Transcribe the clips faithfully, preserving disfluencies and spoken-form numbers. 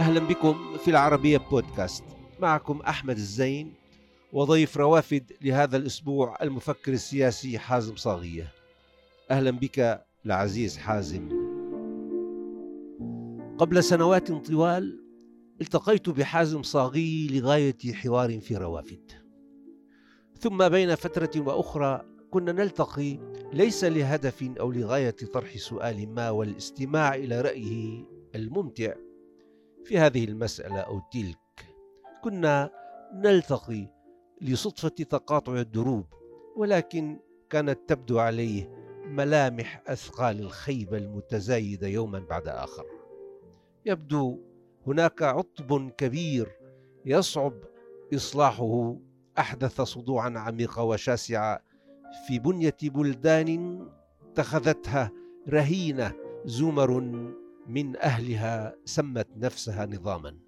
أهلا بكم في العربية بودكاست. معكم أحمد الزين وضيف روافد لهذا الأسبوع المفكر السياسي حازم صاغية. أهلا بك العزيز حازم. قبل سنوات طوال التقيت بحازم صاغي لغاية حوار في روافد، ثم بين فترة وأخرى كنا نلتقي ليس لهدف أو لغاية طرح سؤال ما والاستماع إلى رأيه الممتع في هذه المسألة أو تلك. كنا نلتقي لصدفة تقاطع الدروب، ولكن كانت تبدو عليه ملامح أثقال الخيبة المتزايدة يوما بعد آخر. يبدو هناك عطب كبير يصعب إصلاحه أحدث صدوعا عميقة وشاسعة في بنية بلدان اتخذتها رهينة زمر من أهلها سمت نفسها نظاما.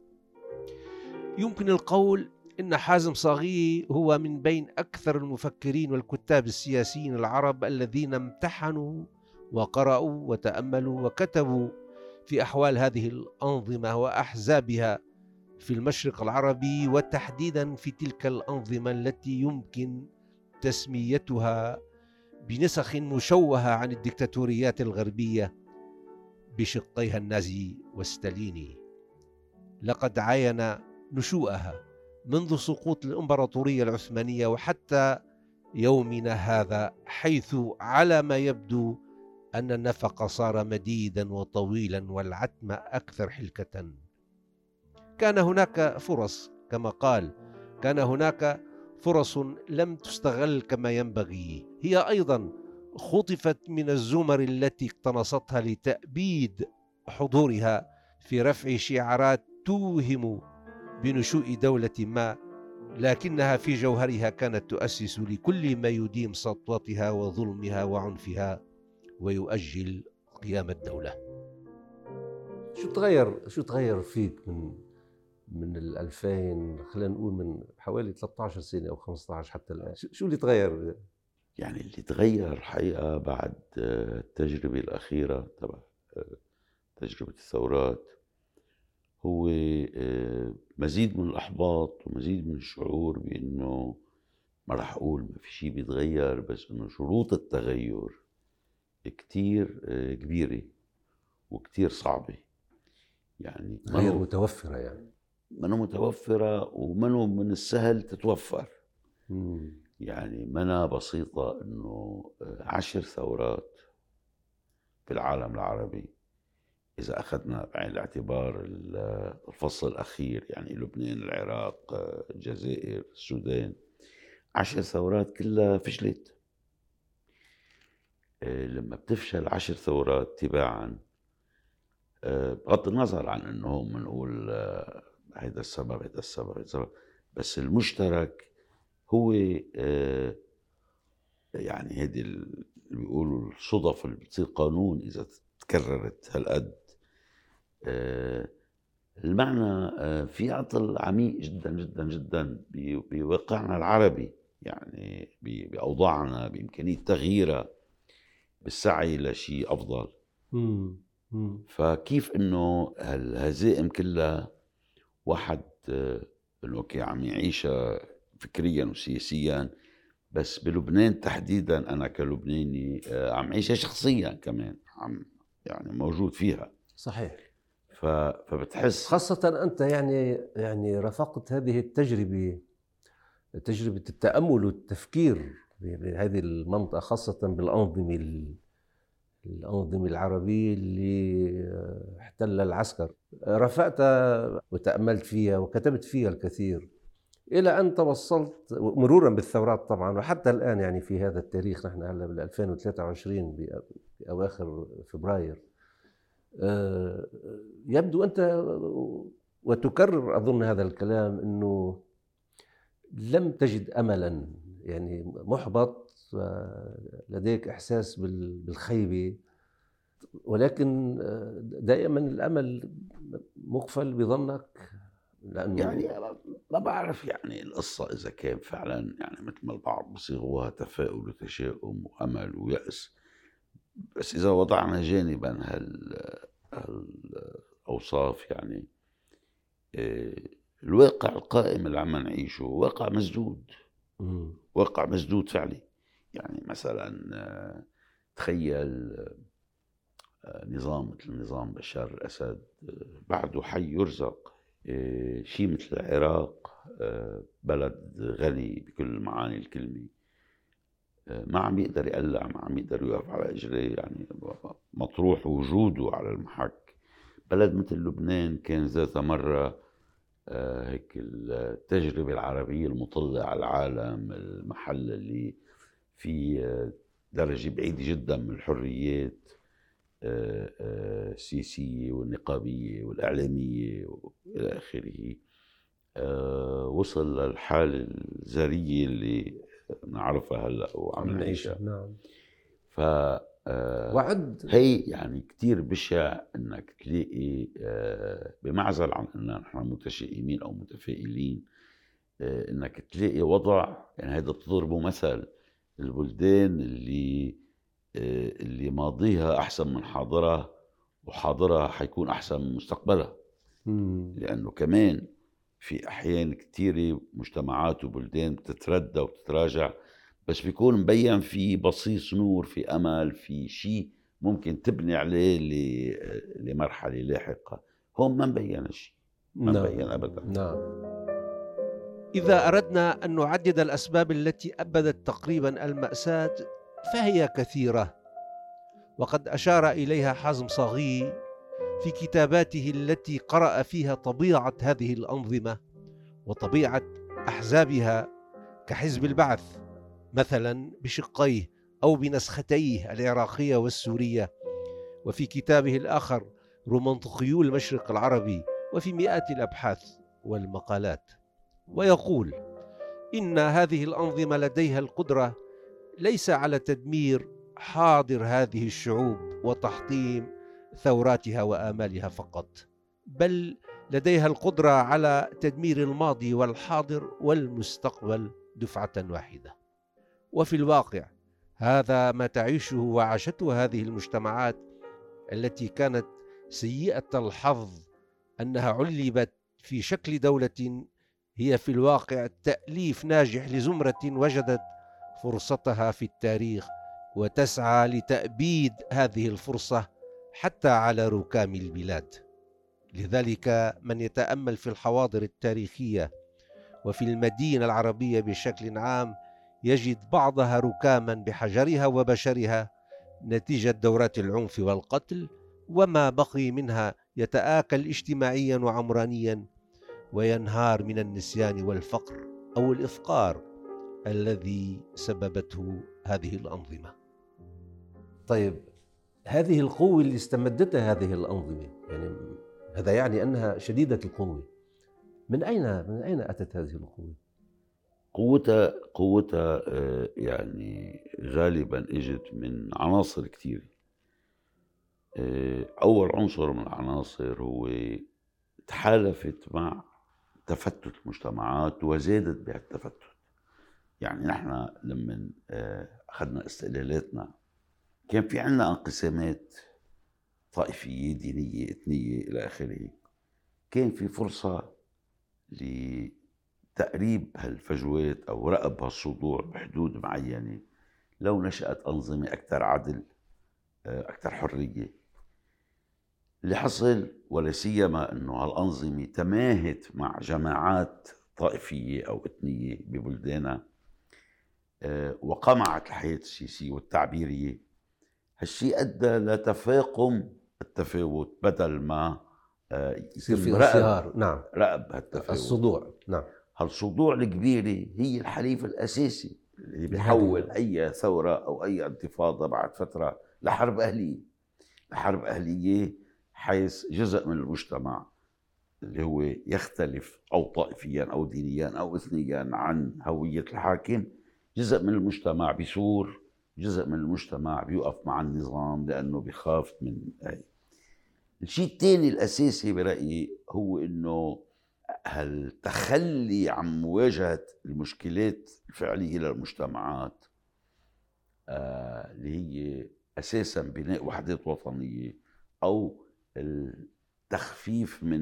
يمكن القول إن حازم صاغي هو من بين أكثر المفكرين والكتاب السياسيين العرب الذين امتحنوا وقرأوا وتأملوا وكتبوا في أحوال هذه الأنظمة وأحزابها في المشرق العربي، وتحديدا في تلك الأنظمة التي يمكن تسميتها بنسخ مشوهة عن الدكتاتوريات الغربية بشقيها النازي والستاليني. لقد عاين نشوءها منذ سقوط الإمبراطورية العثمانية وحتى يومنا هذا، حيث على ما يبدو أن النفق صار مديدا وطويلا والعتمة أكثر حلكة. كان هناك فرص كما قال، كان هناك فرص لم تستغل كما ينبغي. هي أيضا خطفت من الزمر التي اقتنصتها لتأبيد حضورها في رفع شعارات توهم بنشوء دولة ما، لكنها في جوهرها كانت تؤسس لكل ما يديم سطوتها وظلمها وعنفها ويؤجل قيام الدولة. شو تغير شو تغير فيك من من الألفين، خلينا نقول من حوالي ثلاثة عشر سنة أو خمسة عشر حتى الآن؟ شو اللي تغير؟ يعني اللي تغير حقيقة بعد التجربة الأخيرة تبع تجربة الثورات هو مزيد من الإحباط ومزيد من الشعور بأنه ما رح أقول ما في شيء بيتغير، بس أنه شروط التغير كتير كبيرة وكتير صعبة. يعني غير متوفرة، يعني منو متوفرة ومنو من السهل تتوفر. مم. يعني منا بسيطة أنه عشر ثورات في العالم العربي، إذا أخذنا بعين الاعتبار الفصل الأخير، يعني لبنان، العراق، الجزائر، السودان، عشر ثورات كلها فشلت. لما بتفشل عشر ثورات تباعا، بغض النظر عن أنه منقول هيدا السبب هيدا السبب هيدا السبب، بس المشترك هو يعني هيدي اللي بيقولوا الصدف اللي بتصير قانون إذا تكررت هالقد. المعنى في عطل عميق جدا جدا جدا بواقعنا العربي، يعني بأوضاعنا، بإمكانية تغييرها بالسعي لشيء أفضل. مم. مم. فكيف إنه هالهزائم كلها واحد إنه أوكي عم يعيشها فكريا وسياسيا، بس بلبنان تحديدا أنا كلبناني عم عيشها شخصيا كمان، عم يعني موجود فيها. صحيح. فبتحس خاصة أنت يعني يعني رافقت هذه التجربة، تجربة التأمل والتفكير بهذه المنطقة، خاصة بالأنظمة الأنظمة العربية اللي احتل العسكر. رافقت وتأملت فيها وكتبت فيها الكثير إلى أن توصلت مرورا بالثورات طبعا، وحتى الآن يعني في هذا التاريخ نحن هلا بال ألفين وثلاثة وعشرين بأواخر فبراير. يبدو أنت وتكرر أظن هذا الكلام أنه لم تجد أملا، يعني محبط، لديك إحساس بالخيبة، ولكن دائما الأمل مقفل بظنك. لأنه يعني ما بعرف يعني القصة إذا كان فعلا يعني مثل ما البعض بصيغوها تفاؤل وتشاؤم وأمل ويأس، بس إذا وضعنا جانبا هال هالأوصاف يعني الواقع القائم اللي عم نعيشه واقع مسدود، مم. واقع مسدود فعلي. يعني مثلا تخيل نظام مثل نظام بشار الأسد بعده حي يرزق، شيء مثل العراق بلد غني بكل معاني الكلمة، ما عم يقدر يقلع، ما عم يقدر يوقف على اجريه، يعني مطروح وجوده على المحك. بلد مثل لبنان كان ذات مرة هيك التجربة العربية المطلة على العالم، المحل اللي في درجة بعيدة جدا من الحريات السياسية والنقابية والإعلامية وإلى آخره، وصل للحالة الزرية اللي نعرفها هلا وعم نعيشها. نعم. ف وعد هي يعني كتير بشع انك تلاقي بمعزل عن ان نحن متشائمين او متفائلين، انك تلاقي وضع، يعني هذا بتضربه مثل البلدان اللي اللي ماضيها احسن من حاضرها وحاضرها حيكون احسن من مستقبلها. مم. لانه كمان في احيان كثيره مجتمعات وبلدان بتتردى وبتتراجع، بس بيكون مبين في بصيص نور، في امل، في شيء ممكن تبني عليه لمرحله لاحقه. هون ما مبين شيء، ما نعم. مبين ابدا. نعم. اذا اردنا ان نعدد الاسباب التي ابدت تقريبا المأساة فهي كثيره، وقد اشار اليها حازم صاغي في كتاباته التي قرأ فيها طبيعة هذه الأنظمة وطبيعة أحزابها، كحزب البعث مثلا بشقيه أو بنسختيه العراقية والسورية، وفي كتابه الآخر رومانطقيو المشرق العربي، وفي مئات الأبحاث والمقالات. ويقول إن هذه الأنظمة لديها القدرة ليس على تدمير حاضر هذه الشعوب وتحطيم ثوراتها وآمالها فقط، بل لديها القدرة على تدمير الماضي والحاضر والمستقبل دفعة واحدة. وفي الواقع هذا ما تعيشه وعاشته هذه المجتمعات التي كانت سيئة الحظ أنها علبت في شكل دولة هي في الواقع تأليف ناجح لزمرة وجدت فرصتها في التاريخ وتسعى لتأبيد هذه الفرصة حتى على ركام البلاد. لذلك من يتأمل في الحواضر التاريخية وفي المدينة العربية بشكل عام يجد بعضها ركاما بحجرها وبشرها نتيجة دورات العنف والقتل، وما بقي منها يتآكل اجتماعيا وعمرانيا وينهار من النسيان والفقر أو الإفقار الذي سببته هذه الأنظمة. طيب، هذه القوة اللي استمدتها هذه الأنظمة، يعني هذا يعني أنها شديدة القوة، من أين من أين أتت هذه القوة؟ قوتها قوتها يعني غالبا اجت من عناصر كثيرة. أول عنصر من العناصر هو تحالفت مع تفتت المجتمعات وزادت بهالتفتت. يعني نحن لما أخذنا استقلالاتنا كان في عنا انقسامات طائفية، دينية، إثنية إلى آخره. كان في فرصة لتقريب هالفجوات أو رأب هالصدوع بحدود معينة لو نشأت أنظمة أكثر عدل، أكثر حرية. اللي حصل ولا سيما أنه هالأنظمة تماهت مع جماعات طائفية أو إثنية ببلدانها وقمعت الحياة السياسية والتعبيرية. هالشيء أدى لتفاقم التفاوت بدل ما يصير في انصهار. نعم، رأب هالتفاوت، الصدوع. نعم، هالصدوع الكبيرة هي الحليف الأساسي اللي بيحول أي ثورة أو أي انتفاضة بعد فترة لحرب أهلية. لحرب أهلية حيث جزء من المجتمع اللي هو يختلف أو طائفيا أو دينيا أو إثنيا عن هوية الحاكم، جزء من المجتمع بيثور، جزء من المجتمع بيوقف مع النظام لأنه بيخاف من أي. الشيء الثاني الأساسي برأيي هو إنه هالتخلي عن مواجهة المشكلات الفعلية للمجتمعات آه اللي هي أساسا بناء وحدات وطنية أو التخفيف من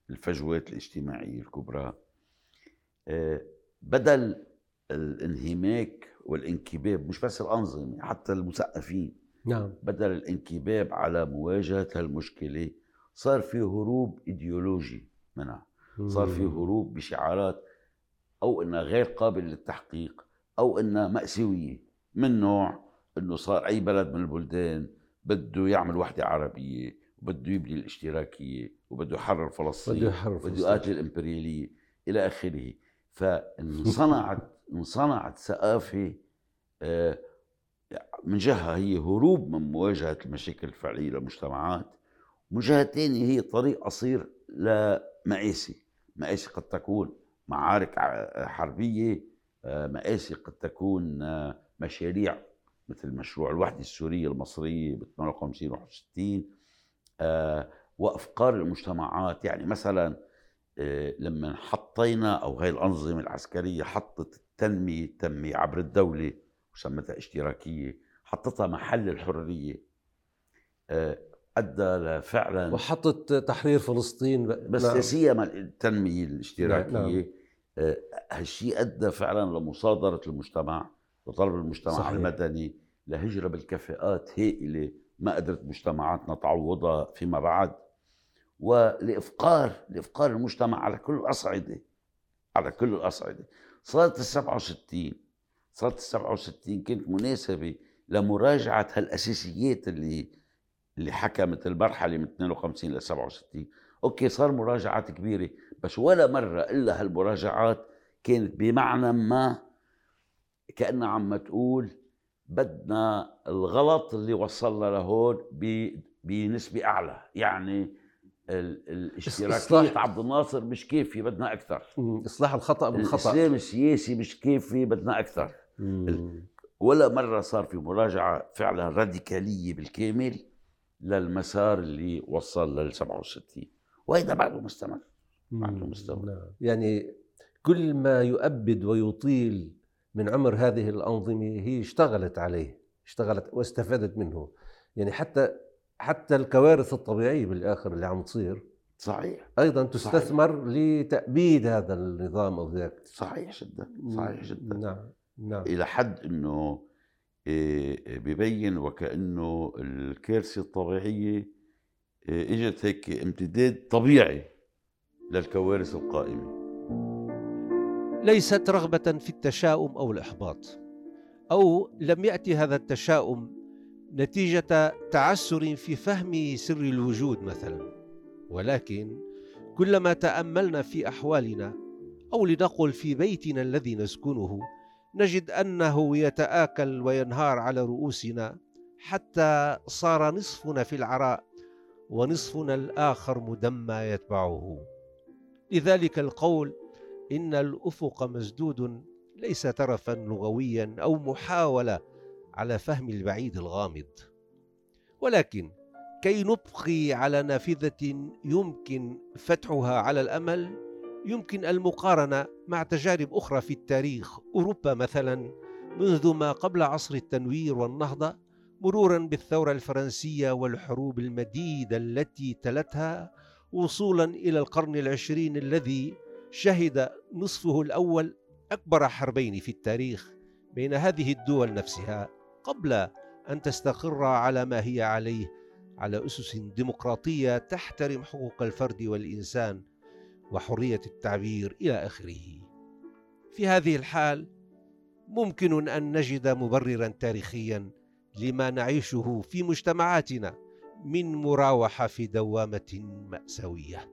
الفجوات الاجتماعية الكبرى، آه، بدل الانهماك والانكباب، مش بس الأنظمة حتى المثقفين، نعم. بدل الانكباب على مواجهة هالمشكلة صار في هروب إيديولوجي منها، صار في هروب بشعارات أو إنها غير قابل للتحقيق أو إنها مأساوية، من نوع إنه صار أي بلد من البلدان بده يعمل وحدة عربية وبده يبني الاشتراكية وبده يحرر بده فلسطين يحرر وبده فلسطين. يقاتل الإمبريالية إلى آخره. فانصنعت انصنعت ثقافة آه، من جهة هي هروب من مواجهة المشاكل الفعلية للمجتمعات، من جهة تانية هي طريق قصير لمآسي. مآسي قد تكون معارك ع- حربية، آه، مآسي قد تكون آه، مشاريع مثل مشروع الوحدة السورية المصرية ب ثمانية وخمسين و واحد وستين، آه، وأفكار المجتمعات. يعني مثلا آه، لما حطينا أو هاي الأنظمة العسكرية حطت التنمية التنمية عبر الدولة وسمتها اشتراكية، حطتها محل الحرية، آه، أدى لفعلا، وحطت تحرير فلسطين. بس لا نعم. سيما التنمية نعم. الاشتراكية. آه، هالشيء أدى فعلا لمصادرة المجتمع وطلب المجتمع صحيح. المدني لهجرة بالكفاءات هائلة ما قدرت مجتمعاتنا تعوضها فيما بعد، ولإفقار لإفقار المجتمع على كل الأصعدة، على كل الأصعدة. صارت السبعة وستين صارت السبعة وستين كانت مناسبة لمراجعة هالأساسيات اللي اللي حكمت المرحلة من اثنين وخمسين ل سبعة وستين. أوكي، صار مراجعات كبيرة، بس ولا مرة إلا هالمراجعات كانت بمعنى ما كأنها عم تقول بدنا الغلط اللي وصلنا لهون بنسبة أعلى. يعني الاشتراكية عبد الناصر مش كافية، بدنا أكثر. إصلاح الخطأ بالخطأ. الإسلام السياسي مش كافي، بدنا أكثر. ولا مرة صار في مراجعة فعلا راديكالية بالكامل للمسار اللي وصل لل سبعة وستين، وهذا بعده مستمر بعده مستمر. نعم. يعني كل ما يؤبد ويطيل من عمر هذه الأنظمة هي اشتغلت عليه، اشتغلت واستفادت منه. يعني حتى حتى الكوارث الطبيعية بالآخر اللي عم تصير صحيح أيضا تستثمر صحيح. لتأبيد هذا النظام أو ذاك. صحيح جدا، صحيح جدا. نعم. نعم. إلى حد أنه ببين وكأنه الكارثة الطبيعية اجت هيك امتداد طبيعي للكوارث القائمة. ليست رغبة في التشاؤم أو الإحباط، أو لم يأتي هذا التشاؤم نتيجة تعسر في فهم سر الوجود مثلا، ولكن كلما تأملنا في أحوالنا أو لنقل في بيتنا الذي نسكنه نجد أنه يتآكل وينهار على رؤوسنا حتى صار نصفنا في العراء ونصفنا الآخر مدمى يتبعه. لذلك القول إن الأفق مسدود ليس ترفا لغويا أو محاولة على فهم البعيد الغامض، ولكن كي نبقي على نافذة يمكن فتحها على الأمل يمكن المقارنة مع تجارب أخرى في التاريخ. أوروبا مثلا منذ ما قبل عصر التنوير والنهضة، مرورا بالثورة الفرنسية والحروب المديدة التي تلتها، وصولا إلى القرن العشرين الذي شهد نصفه الأول أكبر حربين في التاريخ بين هذه الدول نفسها قبل أن تستقر على ما هي عليه، على أسس ديمقراطية تحترم حقوق الفرد والإنسان وحرية التعبير إلى آخره. في هذه الحال ممكن أن نجد مبرراً تاريخياً لما نعيشه في مجتمعاتنا من مراوحة في دوامة مأساوية.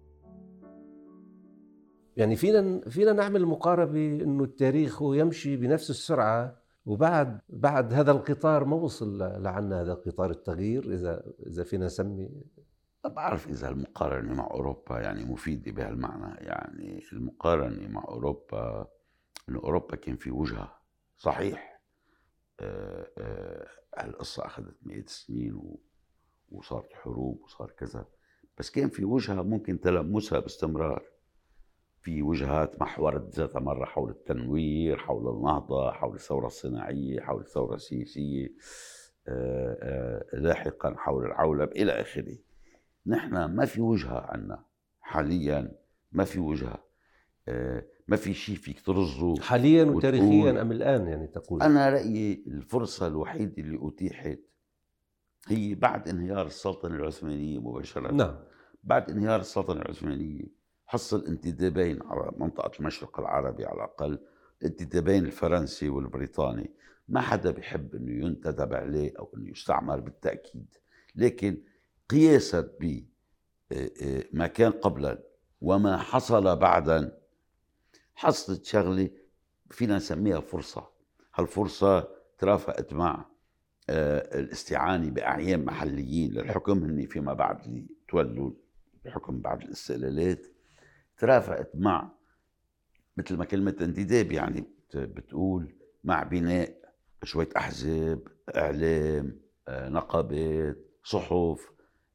يعني فينا فينا نعمل مقاربة إنه التاريخ يمشي بنفس السرعة، وبعد بعد هذا القطار ما وصل لعنا هذا قطار التغيير، إذا إذا فينا نسمي. ما بعرف إذا المقارنة مع أوروبا يعني مفيدة بهالمعنى. يعني المقارنة مع أوروبا، إنه أوروبا كان في وجهة صحيح. آه آه هالقصة أخذت مئة سنين و... وصارت حروب وصار كذا، بس كان في وجهة ممكن تلمسها باستمرار. في وجهات محورت ذاتها مرة حول التنوير، حول النهضة، حول الثورة الصناعية، حول الثورة السياسية، آه آه لاحقا حول العولمة إلى آخره. نحن ما في وجهة عنا حاليا ما في وجهة، ما في شيء فيك ترزه حاليا وتاريخيا أم الآن يعني تقول؟ أنا رأيي الفرصة الوحيدة اللي أتيحت هي بعد انهيار السلطنة العثمانية مباشرة. نعم. بعد انهيار السلطنة العثمانية حصل انتدابين على منطقة المشرق العربي، على الأقل الانتدابين الفرنسي والبريطاني. ما حدا بيحب أنه ينتدب عليه أو أنه يستعمر بالتأكيد، لكن قياسا بما كان قبلا وما حصل بعدا حصلت شغلة فينا نسميها فرصة. هالفرصة ترافقت مع الاستعانة بأعيان محليين للحكم، هني فيما بعد اللي تولوا الحكم بعد الاستقلالات. ترافقت مع مثل ما كلمة انتداب يعني بتقول مع بناء شوية أحزاب، إعلام، نقابات، صحف،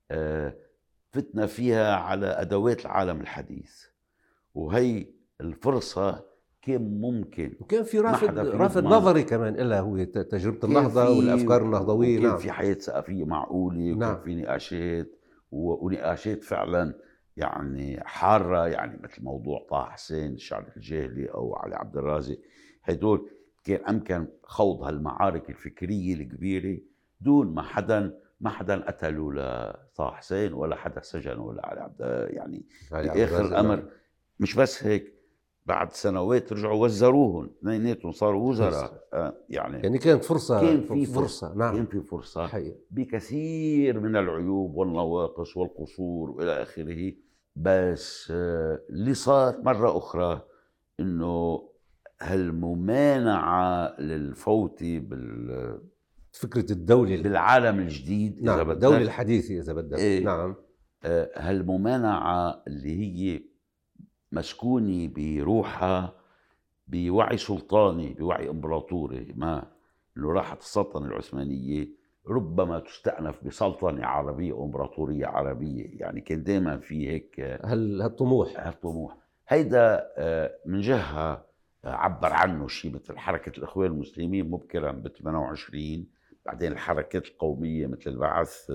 فتنا فيها على أدوات العالم الحديث. وهي الفرصة كان ممكن، وكان في رافد رافد نظري كمان إلا هو تجربة النهضة والأفكار النهضوية. وكان نعم. في حياة ثقافية معقولة، وكان نعم. في نقاشات ونقاشات فعلا يعني حارة، يعني مثل موضوع طه حسين الشعر الجاهلي أو علي عبد الرازق. هدول كان أمكن خوض هالمعارك الفكرية الكبيرة دون ما حدا ما حدا قتلوا لطه حسين ولا حدا سجن ولا علي عبد، يعني بآخر الأمر. مش بس هيك، بعد سنوات رجعوا وزروهم اثنيناتهم صاروا وزراء. آه يعني يعني كانت فرصة. كان في فرصة, فرصة. نعم. كان في فرصة حقيقة. بكثير من العيوب والنواقص والقصور وإلى آخره. بس آه اللي صار مرة أخرى إنه هالممانعة للفوت بال فكرة الدولة بالعالم الجديد. نعم. إذا بدك الدولة الحديثة إذا بدك. إيه. نعم. آه هالممانعة اللي هي مسكونة بروحها بوعي سلطاني، بوعي امبراطوري، ما انه راحت السلطنة العثمانية ربما تستأنف بسلطنة عربية او امبراطورية عربية. يعني كان دائما في هيك هل هالطموح هالطموح. هيدا من جهة عبر عنه شيء مثل حركة الإخوان المسلمين مبكرا ب ثمانية وعشرين، بعدين الحركات القومية مثل البعث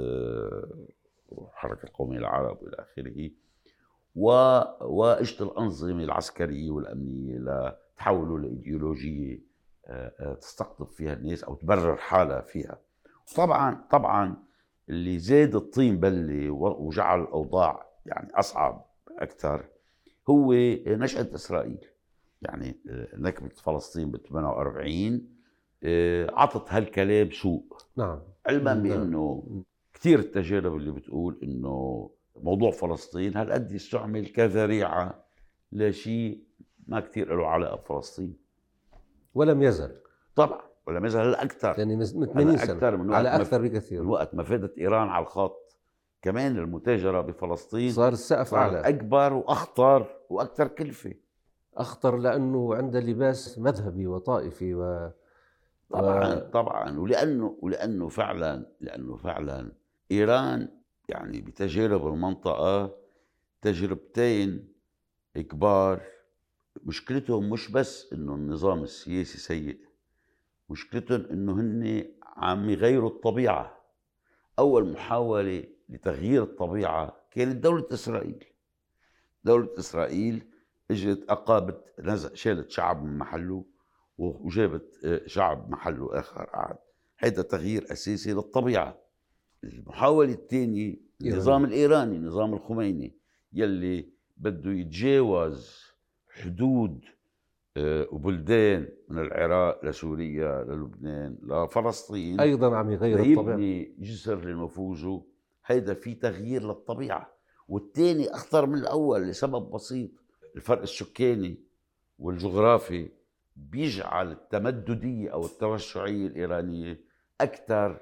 والحركة القومية العرب والى آخره، و... واجت الأنظمة العسكرية والأمنية لتحولوا لإيديولوجية تستقطب فيها الناس أو تبرر حالها فيها. طبعا طبعا اللي زاد الطين بلة وجعل الأوضاع يعني أصعب أكثر هو نشأة إسرائيل. يعني نكبة فلسطين ب ثمانية وأربعين عطت هالكلام سوق. نعم. علما بأنه كثير التجارب اللي بتقول إنه موضوع فلسطين هالقد يستعمل كذريعة لشيء ما كثير له علاقة بفلسطين، ولم يزل. طبعا ولم يزل. هلا أكثر، يعني من ثمانين سنة من على أكثر بكثير. من وقت ما فادت إيران على الخط كمان المتاجرة بفلسطين صار السقف أعلى، أكبر وأخطر وأكثر كلفة. أخطر لأنه عنده لباس مذهبي وطائفي و... طبعا و... طبعا ولأنه ولأنه فعلا لأنه فعلا إيران يعني بتجارب المنطقة تجربتين كبار. مشكلتهم مش بس انه النظام السياسي سيء، مشكلتهم انه هن عم يغيروا الطبيعة. اول محاولة لتغيير الطبيعة كانت دولة اسرائيل. دولة اسرائيل اجت اقابت نزع شالت شعب من محله وجابت شعب محله اخر قعد. هذا تغيير اساسي للطبيعة. المحاولة الثانية النظام الايراني، نظام الخميني، يلي بده يتجاوز حدود وبلدان من العراق لسوريا للبنان لفلسطين، ايضا عم يغير الطبيعه، يبني جسر لنفوذه. هيدا في تغيير للطبيعه. والثاني اخطر من الاول لسبب بسيط، الفرق السكاني والجغرافي بيجعل التمدديه او التوسعيه الايرانيه اكثر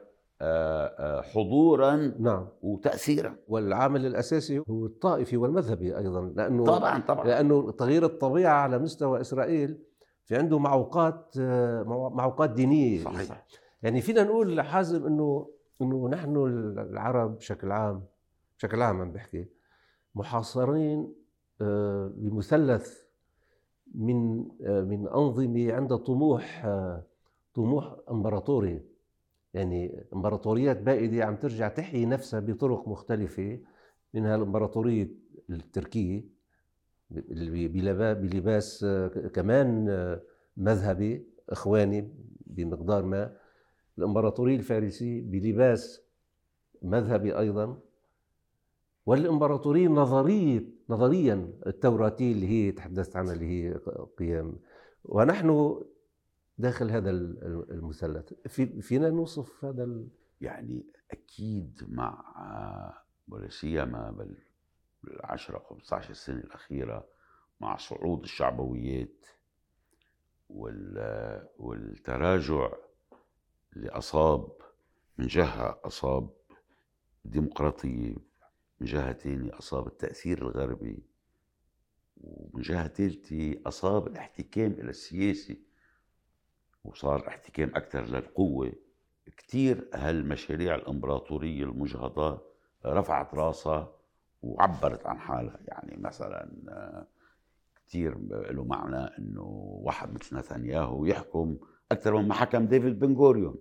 حضورا نعم وتاثيرا. والعامل الاساسي هو الطائفي والمذهبي ايضا، لانه طبعا طبعا لانه تغيير الطبيعه على مستوى اسرائيل في عنده معوقات معوقات دينيه. صحيح. يعني فينا نقول حازم انه انه نحن العرب بشكل عام بشكل عام عم بحكي محاصرين بمثلث من من انظمه عندها طموح طموح امبراطوري. يعني امبراطوريات بائدة عم ترجع تحيي نفسها بطرق مختلفة، منها الامبراطورية التركي بلباس كمان مذهبي إخواني بمقدار ما، الإمبراطورية الفارسية بلباس مذهبي أيضا، والإمبراطورية النظرية نظريا التوراتية اللي هي تحدثت عنها اللي هي قيام. ونحن داخل هذا المثلث في فينا نوصف هذا ال... يعني أكيد مع ولا سيما بالعشرة خمسة عشر سنة الأخيرة مع صعود الشعبويات والتراجع اللي أصاب من جهة أصاب الديمقراطية، من جهة تانية أصاب التأثير الغربي، ومن جهة ثالثة أصاب الاحتكام إلى السياسي وصار احتكام أكثر للقوة. كتير هالمشاريع الإمبراطورية المجهضة رفعت راسها وعبرت عن حالها. يعني مثلا كتير له معنى أنه واحد مثل نتنياهو يحكم أكثر مما حكم ديفيد بن غوريون.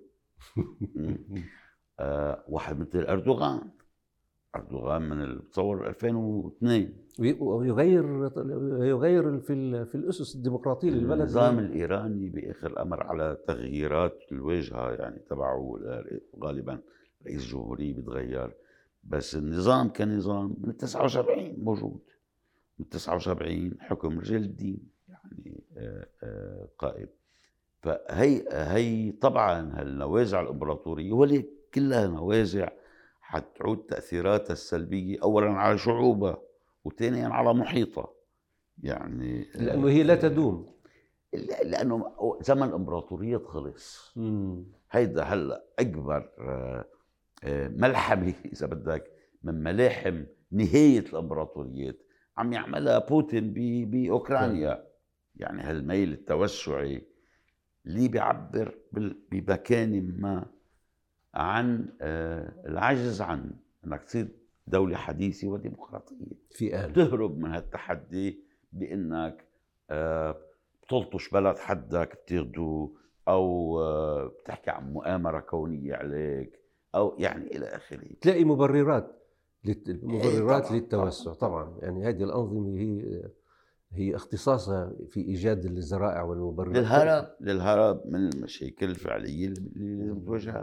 أه واحد مثل أردوغان أردوغان من التصور ألفين واثنين ويغير يغير في في الأسس الديمقراطية للبلد. النظام الإيراني بآخر الأمر على تغييرات الواجهة يعني تبعه غالبا رئيس جمهورية بيتغير، بس النظام كنظام من تسعة وسبعين موجود، من تسعة وسبعين حكم رجال الدين يعني قائم. فهي هي طبعا هالنوازع الإمبراطورية ولي كلها نوازع حتعود تأثيراتها السلبية أولا على شعوبها وثانيا على محيطها. يعني لأنه هي لا تدوم، لأنه زمن الإمبراطورية خلص. مم. هيدا هلا أكبر ملحمة إذا بدك من ملاحم نهاية الإمبراطوريات عم يعملها بوتين بأوكرانيا. يعني هالميل التوسعي اللي بيعبر بمكان ما عن العجز عن انك تصير دولة حديثة وديمقراطية في آن تهرب من هالتحدي بانك بتلطش بلد حدك بتاخده او بتحكي عن مؤامرة كونية عليك او يعني الى اخره. تلاقي مبررات مبررات طبعاً للتوسع. طبعا, طبعاً. يعني هذه الأنظمة هي هي اختصاصها في إيجاد الذرائع والمبررات للهرب للهرب من المشاكل الفعلية اللي لازم تواجهها.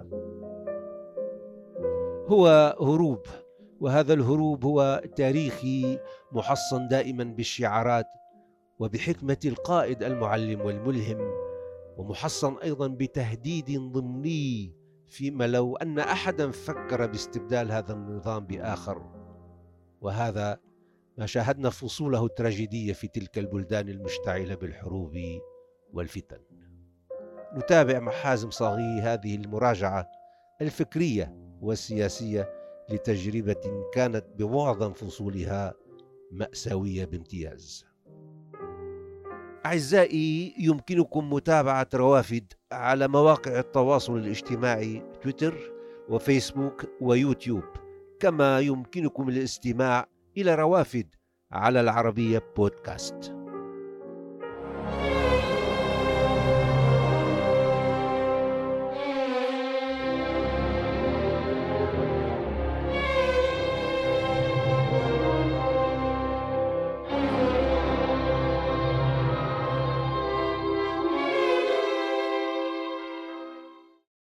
هو هروب، وهذا الهروب هو تاريخي محصن دائما بالشعارات وبحكمة القائد المعلم والملهم، ومحصن أيضا بتهديد ضمني فيما لو أن أحدا فكر باستبدال هذا النظام بآخر. وهذا ما شاهدنا فصوله التراجيدية في تلك البلدان المشتعلة بالحروب والفتن. نتابع مع حازم صاغي هذه المراجعة الفكرية والسياسية لتجربة كانت بمعظم فصولها مأساوية بامتياز. أعزائي، يمكنكم متابعة روافد على مواقع التواصل الاجتماعي تويتر وفيسبوك ويوتيوب، كما يمكنكم الاستماع إلى روافد على العربية بودكاست.